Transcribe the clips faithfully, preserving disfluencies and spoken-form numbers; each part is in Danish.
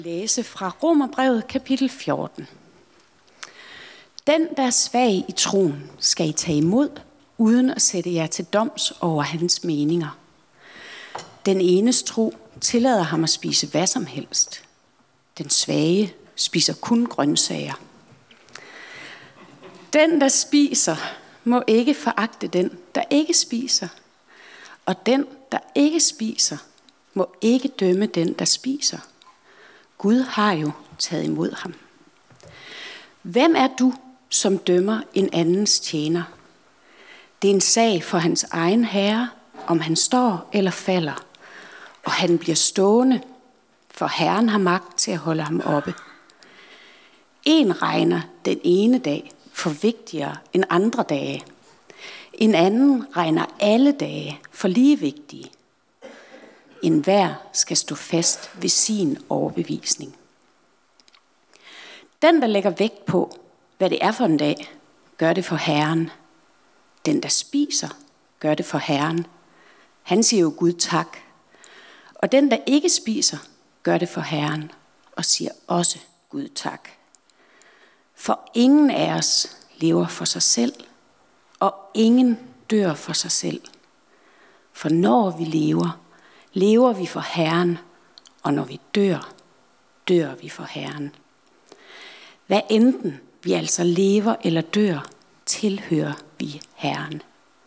Læse fra Romerbrevet kapitel fjorten. Den, der er svag i troen, skal I tage imod, uden at sætte jer til doms over hans meninger. Den enes tro tillader ham at spise hvad som helst. Den svage spiser kun grøntsager. Den, der spiser, må ikke foragte den, der ikke spiser. Og den, der ikke spiser, må ikke dømme den, der spiser. Gud har jo taget imod ham. Hvem er du, som dømmer en andens tjener? Det er en sag for hans egen herre, om han står eller falder. Og han bliver stående, for Herren har magt til at holde ham oppe. En regner den ene dag for vigtigere end andre dage. En anden regner alle dage for lige vigtige. En hver skal stå fast ved sin overbevisning. Den, der lægger vægt på, hvad det er for en dag, gør det for Herren. Den, der spiser, gør det for Herren. Han siger jo Gud tak. Og den, der ikke spiser, gør det for Herren og siger også Gud tak. For ingen af os lever for sig selv, og ingen dør for sig selv. For når vi lever, lever vi for Herren, og når vi dør, dør vi for Herren. Hvad enten vi altså lever eller dør, tilhører vi Herren.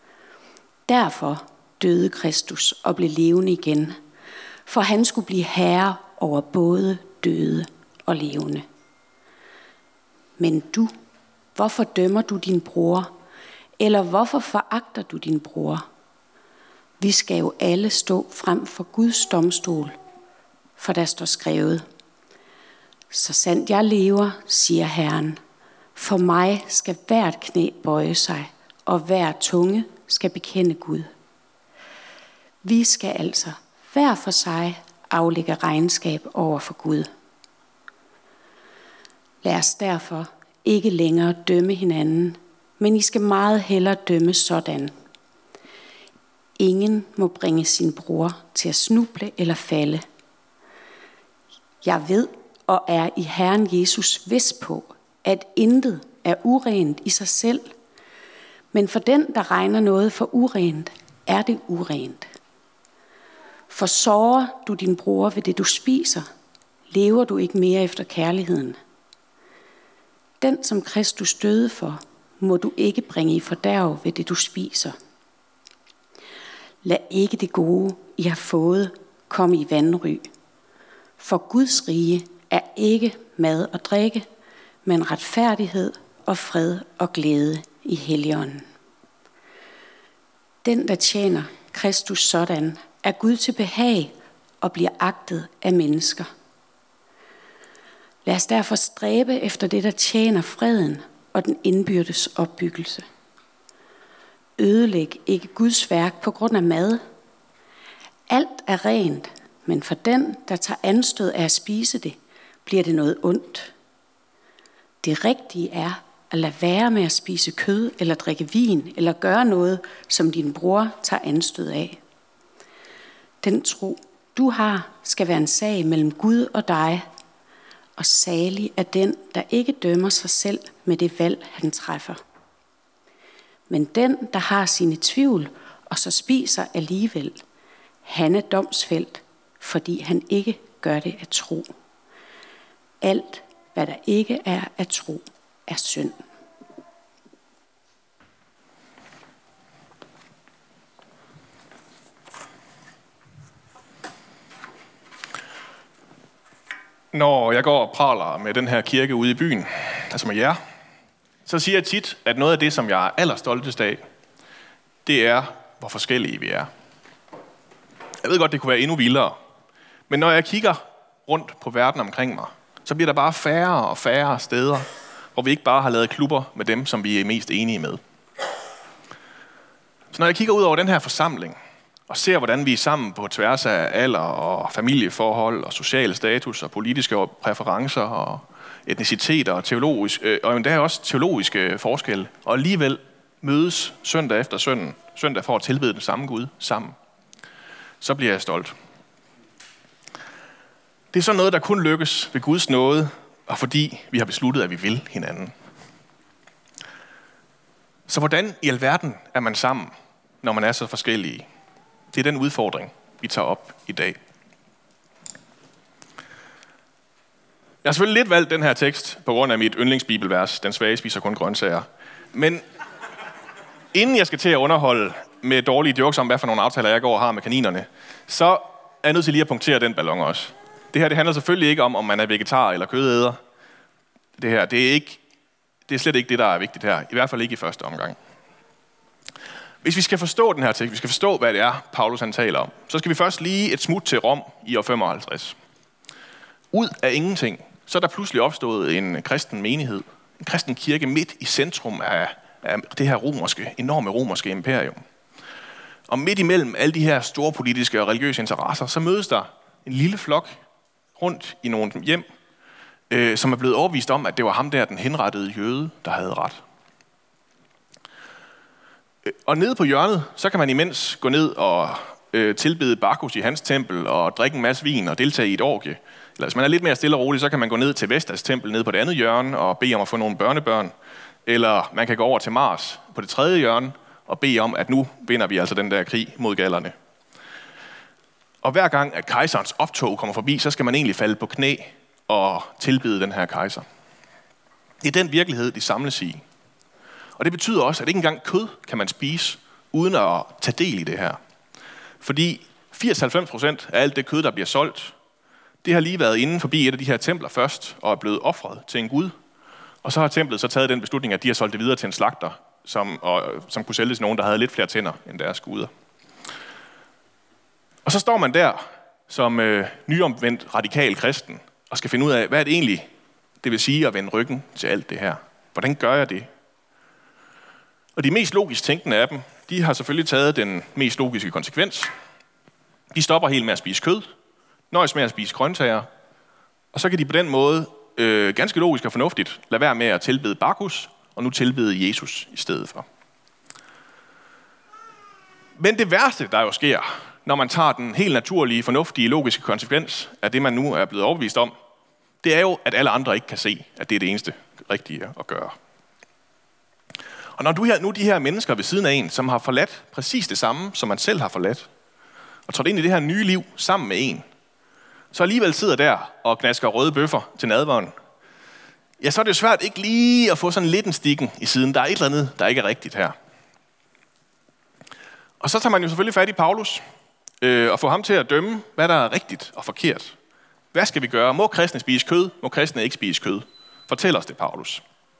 Derfor døde Kristus og blev levende igen, for han skulle blive herre over både døde og levende. Men du, hvorfor dømmer du din bror, eller hvorfor foragter du din bror? Vi skal jo alle stå frem for Guds domstol, for der står skrevet: Så sandt jeg lever, siger Herren, for mig skal hvert knæ bøje sig, og hver tunge skal bekende Gud. Vi skal altså hver for sig aflægge regnskab over for Gud. Lad os derfor ikke længere dømme hinanden, men I skal meget hellere dømme sådan. Ingen må bringe sin bror til at snuble eller falde. Jeg ved og er i Herren Jesus vis på, at intet er urent i sig selv, men for den, der regner noget for urent, er det urent. For sårer du din bror ved det, du spiser, lever du ikke mere efter kærligheden. Den, som Kristus døde for, må du ikke bringe i fordærv ved det, du spiser. Lad ikke det gode, I har fået, komme i vanry. For Guds rige er ikke mad og drikke, men retfærdighed og fred og glæde i Helligånden. Den, der tjener Kristus sådan, er Gud til behag og bliver agtet af mennesker. Lad os derfor stræbe efter det, der tjener freden og den indbyrdes opbyggelse. Ødelæg ikke Guds værk på grund af mad. Alt er rent, men for den, der tager anstød af at spise det, bliver det noget ondt. Det rigtige er at lade være med at spise kød eller drikke vin eller gøre noget, som din bror tager anstød af. Den tro, du har, skal være en sag mellem Gud og dig, og salig er den, der ikke dømmer sig selv med det valg, han træffer. Men den, der har sine tvivl og så spiser alligevel, han er domsfældt, fordi han ikke gør det af tro. Alt, hvad der ikke er af tro, er synd. Når jeg går og praler med den her kirke ude i byen, altså med jer, så siger jeg tit, at noget af det, som jeg er allerstoltest af, det er, hvor forskellige vi er. Jeg ved godt, det kunne være endnu vildere, men når jeg kigger rundt på verden omkring mig, så bliver der bare færre og færre steder, hvor vi ikke bare har lavet klubber med dem, som vi er mest enige med. Så når jeg kigger ud over den her forsamling, og ser, hvordan vi er sammen på tværs af alder og familieforhold og social status og politiske præferencer og etniciteter og teologisk, øh, og endda også teologiske forskelle, og alligevel mødes søndag efter søndag, søndag for at tilbede den samme Gud sammen, så bliver jeg stolt. Det er sådan noget, der kun lykkes ved Guds nåde, og fordi vi har besluttet, at vi vil hinanden. Så hvordan i alverden er man sammen, når man er så forskellige? Det er den udfordring, vi tager op i dag. Jeg har selvfølgelig lidt valgt den her tekst på grund af mit yndlingsbibelvers, den svage spiser kun grøntsager. Men inden jeg skal til at underholde med dårlige jokes om, hvad for nogle aftaler jeg går og har med kaninerne, så er jeg nødt til lige at punktere den ballon også. Det her det handler selvfølgelig ikke om, om man er vegetar eller kødæder. Det her, det er, ikke, det er slet ikke det, der er vigtigt her. I hvert fald ikke i første omgang. Hvis vi skal forstå den her tekst, vi skal forstå, hvad det er, Paulus han taler om, så skal vi først lige et smut til Rom i år femoghalvtreds. Ud af ingenting, så er der pludselig opstået en kristen menighed, en kristen kirke midt i centrum af, af det her romerske, enorme romerske imperium. Og midt imellem alle de her store politiske og religiøse interesser, så mødes der en lille flok rundt i nogle hjem, øh, som er blevet overbevist om, at det var ham der, den henrettede jøde, der havde ret. Og nede på hjørnet, så kan man imens gå ned og øh, tilbede Bacchus i hans tempel og drikke en masse vin og deltage i et orgie. Eller hvis man er lidt mere stille og rolig, så kan man gå ned til Vestas tempel nede på det andet hjørne og bede om at få nogle børnebørn. Eller man kan gå over til Mars på det tredje hjørne og bede om, at nu vinder vi altså den der krig mod gallerne. Og hver gang, at kejserens optog kommer forbi, så skal man egentlig falde på knæ og tilbede den her kejser. Det er den virkelighed, de samles i. Og det betyder også, at ikke engang kød kan man spise, uden at tage del i det her. Fordi firs til halvfems procent af alt det kød, der bliver solgt, det har lige været inde forbi et af de her templer først, og er blevet ofret til en gud. Og så har templet så taget den beslutning, at de har solgt det videre til en slagter, som, og, som kunne sælge til nogen, der havde lidt flere tænder end deres guder. Og så står man der som øh, nyomvendt radikal kristen, og skal finde ud af, hvad er det egentlig, det vil sige at vende ryggen til alt det her. Hvordan gør jeg det? Og de mest logisk tænkende af dem, de har selvfølgelig taget den mest logiske konsekvens. De stopper helt med at spise kød, nøjes med at spise grøntsager, og så kan de på den måde, øh, ganske logisk og fornuftigt, lade være med at tilbede Bacchus, og nu tilbede Jesus i stedet for. Men det værste, der jo sker, når man tager den helt naturlige, fornuftige, logiske konsekvens af det, man nu er blevet overbevist om, det er jo, at alle andre ikke kan se, at det er det eneste rigtige at gøre. Og når du her, nu de her mennesker ved siden af en, som har forladt præcis det samme, som man selv har forladt, og trådt ind i det her nye liv sammen med en, så alligevel sidder der og knasker røde bøffer til nadveren, ja, så er det jo svært ikke lige at få sådan lidt en stikken i siden. Der er et eller andet, der ikke er rigtigt her. Og så tager man jo selvfølgelig fat i Paulus, øh, og får ham til at dømme, hvad der er rigtigt og forkert. Hvad skal vi gøre? Må kristne spise kød? Må kristne ikke spise kød? Fortæl os det, Paulus.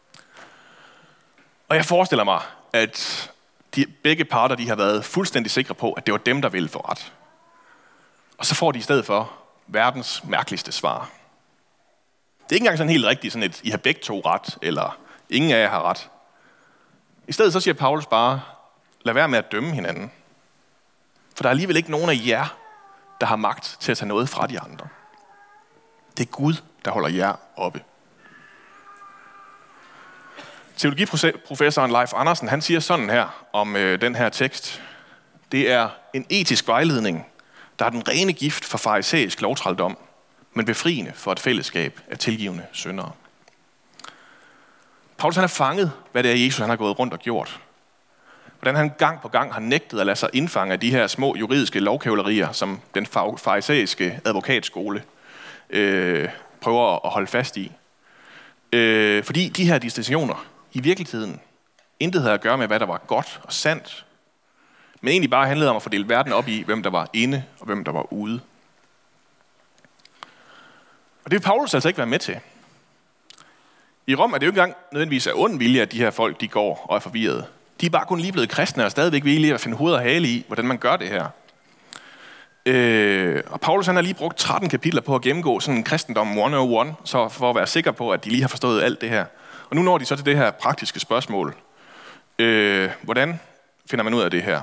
Og jeg forestiller mig, at de, begge parter de har været fuldstændig sikre på, at det var dem, der ville få ret. Og så får de i stedet for verdens mærkeligste svar. Det er ikke engang sådan helt rigtigt, sådan et, I har begge to ret, eller ingen af jer har ret. I stedet så siger Paulus bare, lad være med at dømme hinanden. For der er alligevel ikke nogen af jer, der har magt til at tage noget fra de andre. Det er Gud, der holder jer oppe. Teologiprofessoren Leif Andersen, han siger sådan her om øh, den her tekst. Det er en etisk vejledning, der er den rene gift for farisæisk lovtrældom, men befriende for et fællesskab af tilgivende syndere. Paulus han har fanget, hvad det er, Jesus han har gået rundt og gjort. Hvordan han gang på gang har nægtet at lade sig indfange af de her små juridiske lovkævlerier, som den farisæiske advokatskole øh, prøver at holde fast i. Øh, fordi de her distinktioner i virkeligheden intet havde at gøre med, hvad der var godt og sandt, men egentlig bare handlede om at fordele verden op i, hvem der var inde og hvem der var ude. Og det vil Paulus altså ikke være med til. I Rom er det jo ikke engang nødvendigvis af ond vilje, at de her folk de går og er forvirrede. De er bare kun lige blevet kristne og stadigvæk villige at finde hoved og hale i, hvordan man gør det her. Øh, og Paulus han har lige brugt tretten kapitler på at gennemgå sådan en kristendom et nul et, så for at være sikker på, at de lige har forstået alt det her. Og nu når de så til det her praktiske spørgsmål. Øh, hvordan finder man ud af det her?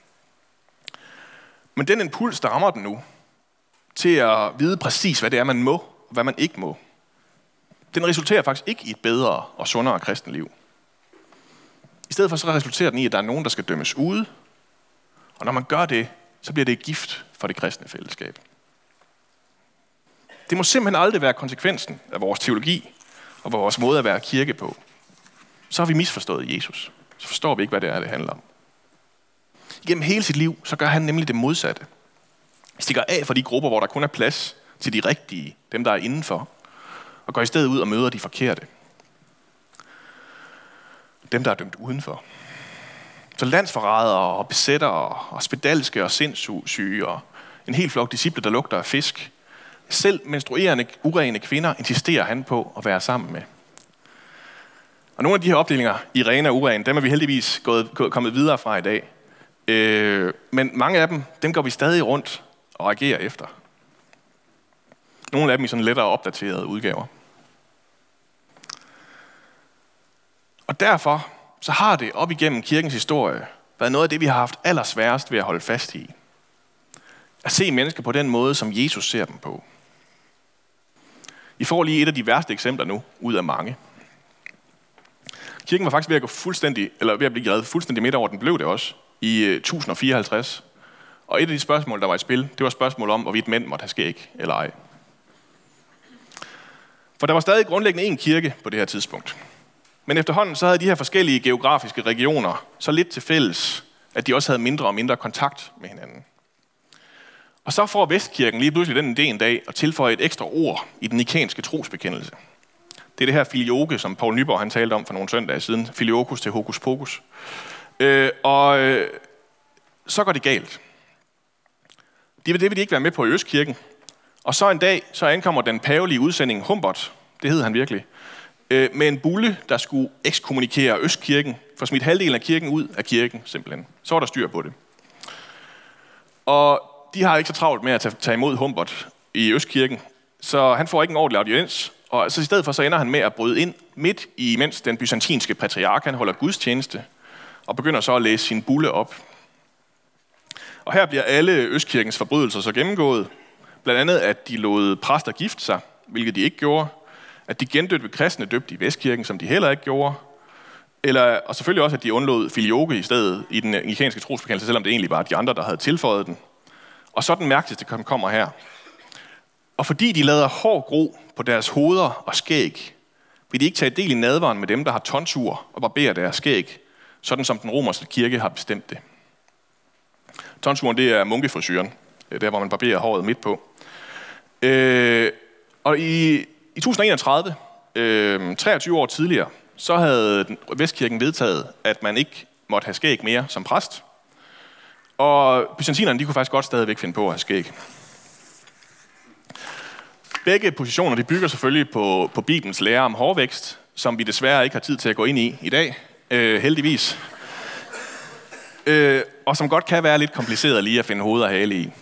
Men den impuls, der rammer den nu, til at vide præcis, hvad det er, man må, og hvad man ikke må, den resulterer faktisk ikke i et bedre og sundere kristenliv. I stedet for så resulterer den i, at der er nogen, der skal dømmes ude, og når man gør det, så bliver det gift for det kristne fællesskab. Det må simpelthen aldrig være konsekvensen af vores teologi og vores måde at være kirke på. Så har vi misforstået Jesus. Så forstår vi ikke, hvad det er, det handler om. Igennem hele sit liv, så gør han nemlig det modsatte. Stikker af fra de grupper, hvor der kun er plads til de rigtige, dem der er indenfor, og går i stedet ud og møder de forkerte. Dem, der er dømt udenfor. Så landsforrædere og besættere og spedalske og sindssyge og en hel flok disciple, der lugter af fisk. Selv menstruerende, urene kvinder insisterer han på at være sammen med. Og nogle af de her opdelinger i ren og uren, dem er vi heldigvis gået, kommet videre fra i dag. Øh, men mange af dem, dem går vi stadig rundt og agerer efter. Nogle af dem i sådan lettere opdaterede udgaver. Og derfor så har det op igennem kirkens historie været noget af det, vi har haft allersværest ved at holde fast i. At se mennesker på den måde, som Jesus ser dem på. I får lige et af de værste eksempler nu, ud af mange. Kirken var faktisk ved at gå fuldstændig, eller ved at blive revet fuldstændig midt over, den blev det også, i tusind fireoghalvtreds. Og et af de spørgsmål, der var i spil, det var spørgsmål om, hvorvidt mænd måtte have skæg eller ej. For der var stadig grundlæggende en kirke på det her tidspunkt. Men efterhånden så havde de her forskellige geografiske regioner så lidt til fælles, at de også havde mindre og mindre kontakt med hinanden. Og så får Vestkirken lige pludselig den idé en dag at tilføje et ekstra ord i den nikanske trosbekendelse. Det er det her filioque, som Poul Nyborg han talte om for nogle søndage siden. Filiokus til hokus pokus. Øh, og øh, så går det galt. Det vil de ikke være med på i Østkirken. Og så en dag, så ankommer den pavelige udsending Humbert, det hed han virkelig, øh, med en bulle, der skulle ekskommunikere Østkirken, for smidt halvdelen af kirken ud af kirken, simpelthen. Så var der styr på det. Og de har ikke så travlt med at tage imod Humbert i Østkirken, så han får ikke en ordentlig audiens. Og så i stedet for, så ender han med at bryde ind midt i, mens den byzantinske patriark, han holder gudstjeneste, og begynder så at læse sin bulle op. Og her bliver alle Østkirkens forbrydelser så gennemgået. Blandt andet, at de lod præster gifte sig, hvilket de ikke gjorde. At de gendøbte kristne døbte i Vestkirken, som de heller ikke gjorde. Eller, og selvfølgelig også, at de undlod filioque i stedet i den nikanske trosbekendelse, selvom det egentlig var de andre, der havde tilføjet den. Og så den mærkeligste kommer her. Og fordi de lader hår gro på deres hoveder og skæg, vil de ikke tage del i nadveren med dem, der har tonsur og barberer deres skæg, sådan som den romerske kirke har bestemt det. Tonsuren, det er munkefrisyren, der hvor man barberer håret midt på. Øh, og i, i tusind enogtredive, øh, treogtyve år tidligere, så havde Vestkirken vedtaget, at man ikke måtte have skæg mere som præst. Og byzantinerne, de kunne faktisk godt stadigvæk finde på at have skæg. Begge positioner, de bygger selvfølgelig på, på Bibelens lære om hårvækst, som vi desværre ikke har tid til at gå ind i i dag, øh, heldigvis. Øh, og som godt kan være lidt kompliceret lige at finde hoved og hale i.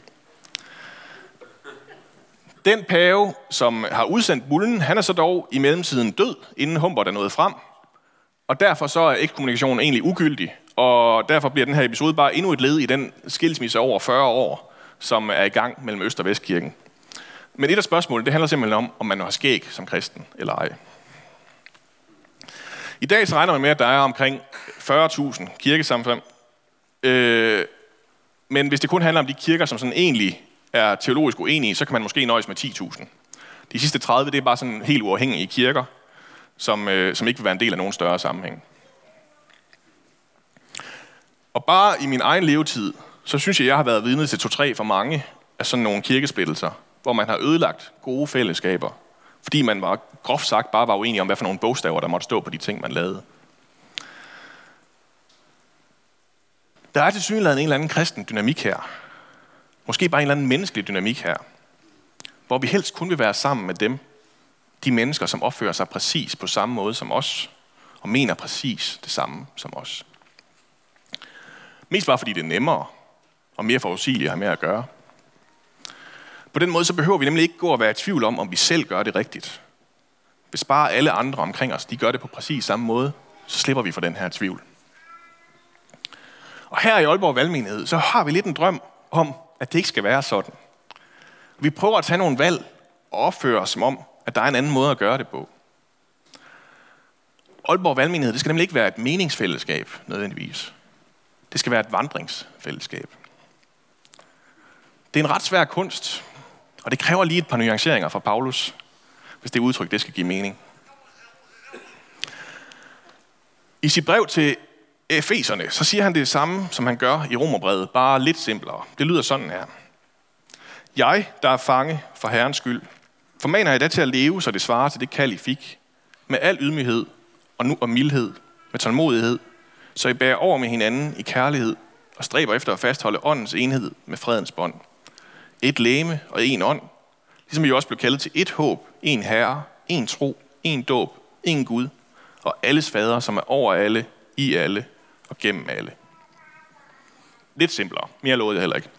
Den pave, som har udsendt bullen, han er så dog i mellemtiden død, inden Humbert er nået frem. Og derfor så er ekskommunikationen egentlig ugyldig, og derfor bliver den her episode bare endnu et led i den skilsmisse over fyrre år, som er i gang mellem Øst- og Vestkirken. Men et af spørgsmålene, det handler simpelthen om, om man har skæg som kristen eller ej. I dag så regner man med, at der er omkring fyrre tusind kirkesamfund. Øh, men hvis det kun handler om de kirker, som sådan egentlig er teologisk uenige, så kan man måske nøjes med ti tusind. De sidste tredive, det er bare sådan helt uafhængige kirker, som, øh, som ikke vil være en del af nogen større sammenhæng. Og bare i min egen levetid, så synes jeg, jeg har været vidne til to-tre for mange af sådan nogle kirkesplittelser, hvor man har ødelagt gode fællesskaber, fordi man var groft sagt bare var uenig om, hvad for nogle bogstaver, der måtte stå på de ting, man lavede. Der er tilsyneladende en eller anden kristen dynamik her. Måske bare en eller anden menneskelig dynamik her. Hvor vi helst kun vil være sammen med dem, de mennesker, som opfører sig præcis på samme måde som os, og mener præcis det samme som os. Mest bare fordi det er nemmere, og mere forudsigeligt at have med at gøre. På den måde så behøver vi nemlig ikke gå og være i tvivl om, om vi selv gør det rigtigt. Hvis bare alle andre omkring os, de gør det på præcis samme måde, så slipper vi for den her tvivl. Og her i Aalborg Valgmenighed, så har vi lidt en drøm om, at det ikke skal være sådan. Vi prøver at tage nogle valg og opføre os som om, at der er en anden måde at gøre det på. Aalborg Valgmenighed, det skal nemlig ikke være et meningsfællesskab nødvendigvis. Det skal være et vandringsfællesskab. Det er en ret svær kunst, Og det kræver lige et par nuanceringer fra Paulus, hvis det udtryk, det skal give mening. I sit brev til Efeserne, så siger han det samme, som han gør i Romerbrevet, bare lidt simplere. Det lyder sådan her. Jeg, der er fange for Herrens skyld, formaner jeg da til at leve, så det svarer til det kald, I fik, med al ydmyghed og nu og mildhed, med tålmodighed, så I bærer over med hinanden i kærlighed og stræber efter at fastholde åndens enhed med fredens bånd. Et legeme og en ånd, ligesom I også blev kaldet til et håb, en herre, en tro, en dåb, en Gud, og alles fader, som er over alle, i alle og gennem alle. Lidt simplere. Mere lovede jeg heller ikke.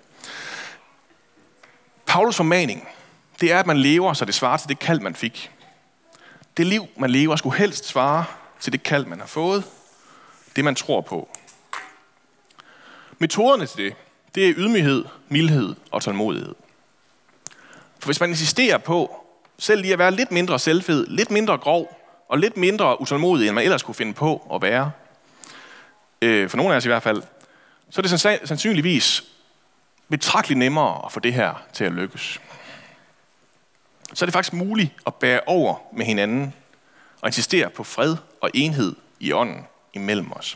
Paulus formaning, det er, at man lever, så det svarer til det kald, man fik. Det liv, man lever, skulle helst svare til det kald, man har fået. Det, man tror på. Metoderne til det, det er ydmyghed, mildhed og tålmodighed. For hvis man insisterer på selv lige at være lidt mindre selvfed, lidt mindre grov og lidt mindre utålmodig, end man ellers kunne finde på at være, øh, for nogle af os i hvert fald, så er det sandsynligvis betragteligt nemmere at få det her til at lykkes. Så er det faktisk muligt at bære over med hinanden og insistere på fred og enhed i ånden imellem os.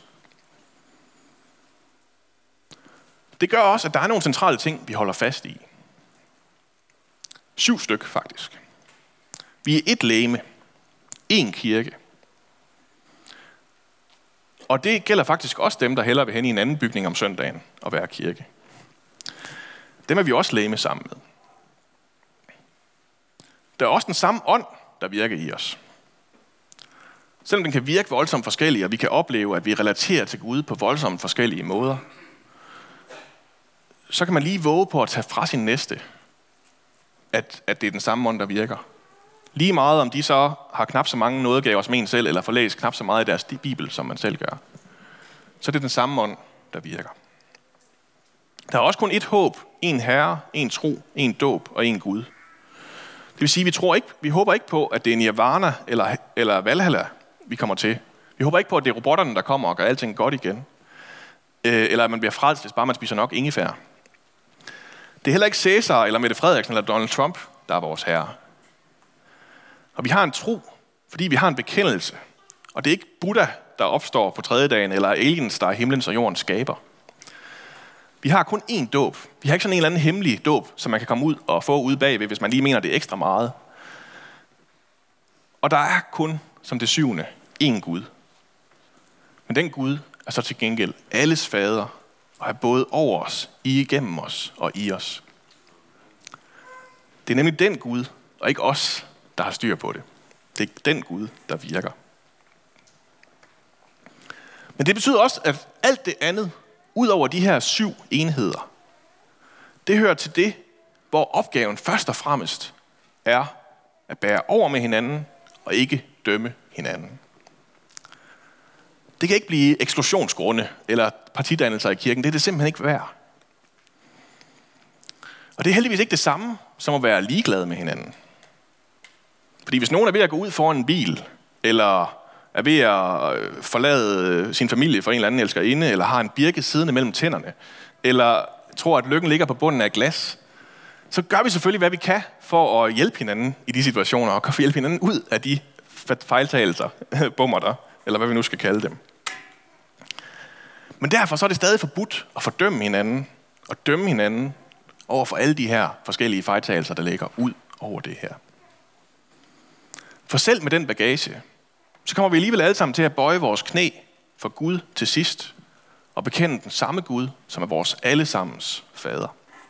Det gør også, at der er nogle centrale ting, vi holder fast i. Syv styk faktisk. Vi er et legeme, en kirke. Og det gælder faktisk også dem, der hellere vil hen i en anden bygning om søndagen og være kirke. Dem er vi også legeme sammen med. Der er også den samme ånd, der virker i os. Selvom den kan virke voldsomt forskellige, og vi kan opleve, at vi relaterer til Gud på voldsomt forskellige måder, så kan man lige våge på at tage fra sin næste, at, at det er den samme ånd, der virker. Lige meget om de så har knap så mange nådegaver som en selv, eller får læst knap så meget i deres bibel, som man selv gør. Så det er den samme ånd, der virker. Der er også kun et håb, en herre, en tro, en dåb og en Gud. Det vil sige, vi tror ikke, vi håber ikke på, at det er Nirvana eller, eller Valhalla, vi kommer til. Vi håber ikke på, at det er robotterne, der kommer og gør alting godt igen. Øh, eller at man bliver frelst, hvis bare man spiser nok ingefær. Det er heller ikke Cæsar eller Mette Frederiksen eller Donald Trump, der er vores herre. Og vi har en tro, fordi vi har en bekendelse. Og det er ikke Buddha, der opstår på tredje dagen, eller aliens, der er himlens og jordens skaber. Vi har kun én dåb. Vi har ikke sådan en eller anden hemmelig dåb, som man kan komme ud og få ude bagved, hvis man lige mener, det er ekstra meget. Og der er kun, som det syvende, én Gud. Men den Gud er så til gengæld alles fader, og er både over os, igennem os og i os. Det er nemlig den Gud, og ikke os, der har styr på det. Det er den Gud, der virker. Men det betyder også, at alt det andet, ud over de her syv enheder, det hører til det, hvor opgaven først og fremmest er at bære over med hinanden og ikke dømme hinanden. Det kan ikke blive eksklusionsgrunde eller partidannelser i kirken. Det er det simpelthen ikke værd. Og det er heldigvis ikke det samme som at være ligeglad med hinanden. Fordi hvis nogen er ved at gå ud foran en bil, eller er ved at forlade sin familie for en eller anden elskerinde, eller har en birke siddende mellem tænderne, eller tror, at lykken ligger på bunden af et glas, så gør vi selvfølgelig, hvad vi kan for at hjælpe hinanden i de situationer, og for at hjælpe hinanden ud af de fejltagelser, bummer der, eller hvad vi nu skal kalde dem. Men derfor så er det stadig forbudt at fordømme hinanden, og dømme hinanden over for alle de her forskellige fejltagelser, der ligger ud over det her. For selv med den bagage, så kommer vi alligevel alle sammen til at bøje vores knæ for Gud til sidst, og bekende den samme Gud, som er vores allesammens fader.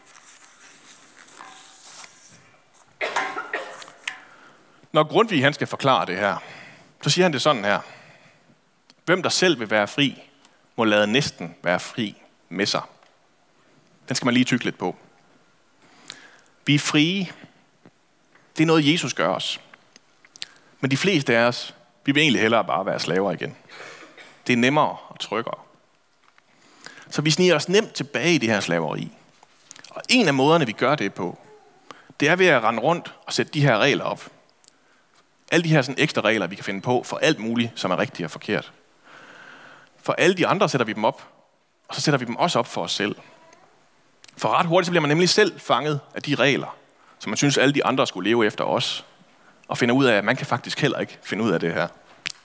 Når Grundtvig han skal forklare det her, så siger han det sådan her. Hvem der selv vil være fri, må lade næsten være fri med sig. Den skal man lige tygge lidt på. Vi er frie. Det er noget, Jesus gør os. Men de fleste af os, vi vil egentlig hellere bare være slaver igen. Det er nemmere og tryggere. Så vi sniger os nemt tilbage i det her slaveri. Og en af måderne, vi gør det på, det er ved at rende rundt og sætte de her regler op. Alle de her sådan ekstra regler, vi kan finde på for alt muligt, som er rigtigt og forkert. For alle de andre sætter vi dem op, og så sætter vi dem også op for os selv. For ret hurtigt så bliver man nemlig selv fanget af de regler, som man synes alle de andre skulle leve efter os, og finder ud af, at man kan faktisk heller ikke finde ud af det her.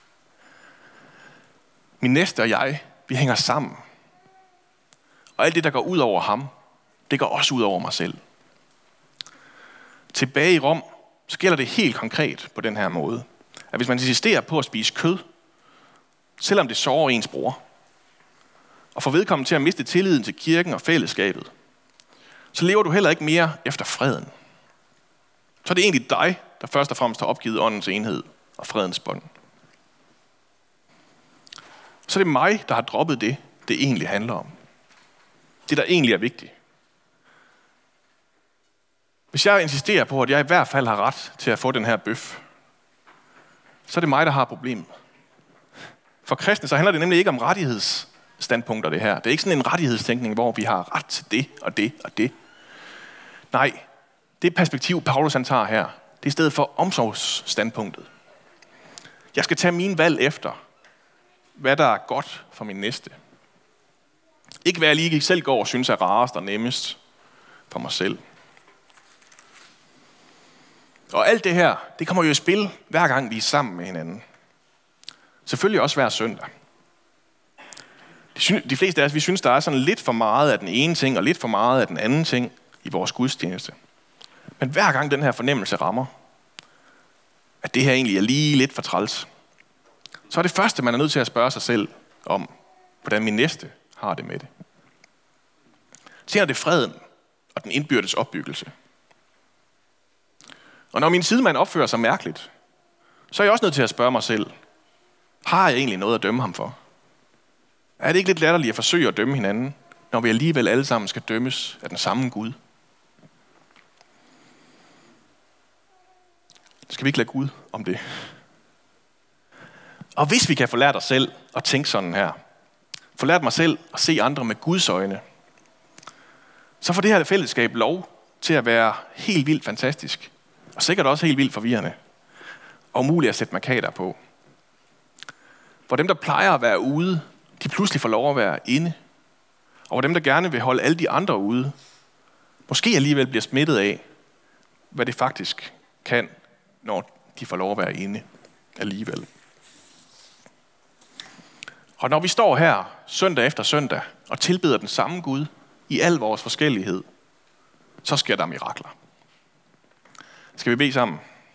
Min næste og jeg, vi hænger sammen. Og alt det, der går ud over ham, det går også ud over mig selv. Tilbage i Rom, så gælder det helt konkret på den her måde, at hvis man insisterer på at spise kød, selvom det sårer ens bror, og får vedkommende til at miste tilliden til kirken og fællesskabet, så lever du heller ikke mere efter freden. Så er det egentlig dig, der først og fremmest har opgivet åndens enhed og fredens bånd. Så er det mig, der har droppet det, det egentlig handler om. Det, der egentlig er vigtigt. Hvis jeg insisterer på, at jeg i hvert fald har ret til at få den her bøf, så er det mig, der har problemet. For kristne så handler det nemlig ikke om rettighedsstandpunkter, det her. Det er ikke sådan en rettighedstænkning, hvor vi har ret til det og det og det. Nej, det perspektiv, Paulus han tager her, det er i stedet for omsorgsstandpunktet. Jeg skal tage mine valg efter, hvad der er godt for min næste. Ikke hvad jeg lige selv går og synes er rarest og nemmest for mig selv. Og alt det her, det kommer jo i spil, hver gang vi er sammen med hinanden. Selvfølgelig også hver søndag. De fleste af os, vi synes, der er sådan lidt for meget af den ene ting, og lidt for meget af den anden ting i vores gudstjeneste. Men hver gang den her fornemmelse rammer, at det her egentlig er lige lidt for træls, så er det første, man er nødt til at spørge sig selv om, hvordan min næste har det med det. Tjener det freden og den indbyrdes opbyggelse? Og når min sidemand opfører sig mærkeligt, så er jeg også nødt til at spørge mig selv, har jeg egentlig noget at dømme ham for? Er det ikke lidt latterligt at forsøge at dømme hinanden, når vi alligevel alle sammen skal dømmes af den samme Gud? Skal vi ikke lade Gud om det? Og hvis vi kan få lært os selv at tænke sådan her, få lært mig selv at se andre med Guds øjne, så får det her fællesskab lov til at være helt vildt fantastisk, og sikkert også helt vildt forvirrende, og umuligt at sætte markader på. Hvor dem, der plejer at være ude, de pludselig får lov at være inde, og hvor dem, der gerne vil holde alle de andre ude, måske alligevel bliver smittet af, hvad det faktisk kan, når de får lov at være inde alligevel. Og når vi står her søndag efter søndag og tilbeder den samme Gud i al vores forskellighed, så sker der mirakler. Skal vi bede sammen?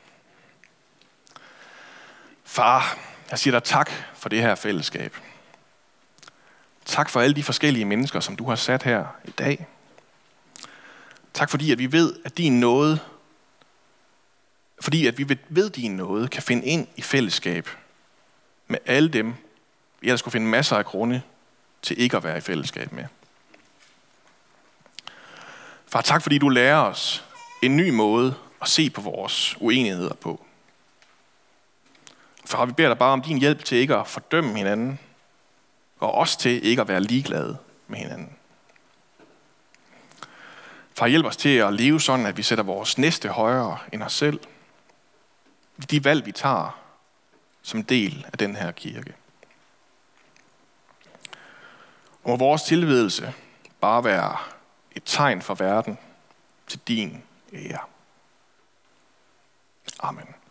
Far, jeg siger dig tak for det her fællesskab. Tak for alle de forskellige mennesker, som du har sat her i dag. Tak fordi, at vi ved, at din nåde, fordi at vi ved din nåde, kan finde ind i fællesskab med alle dem, vi ellers skulle finde masser af grunde til ikke at være i fællesskab med. Far, tak fordi du lærer os en ny måde at se på vores uenigheder på. Far, vi beder dig bare om din hjælp til ikke at fordømme hinanden, og også til ikke at være ligeglade med hinanden. Far, hjælp os til at leve sådan, at vi sætter vores næste højere end os selv. De valg, vi tager som del af den her kirke. Og må vores tilbedelse bare være et tegn for verden til din ære. Amen.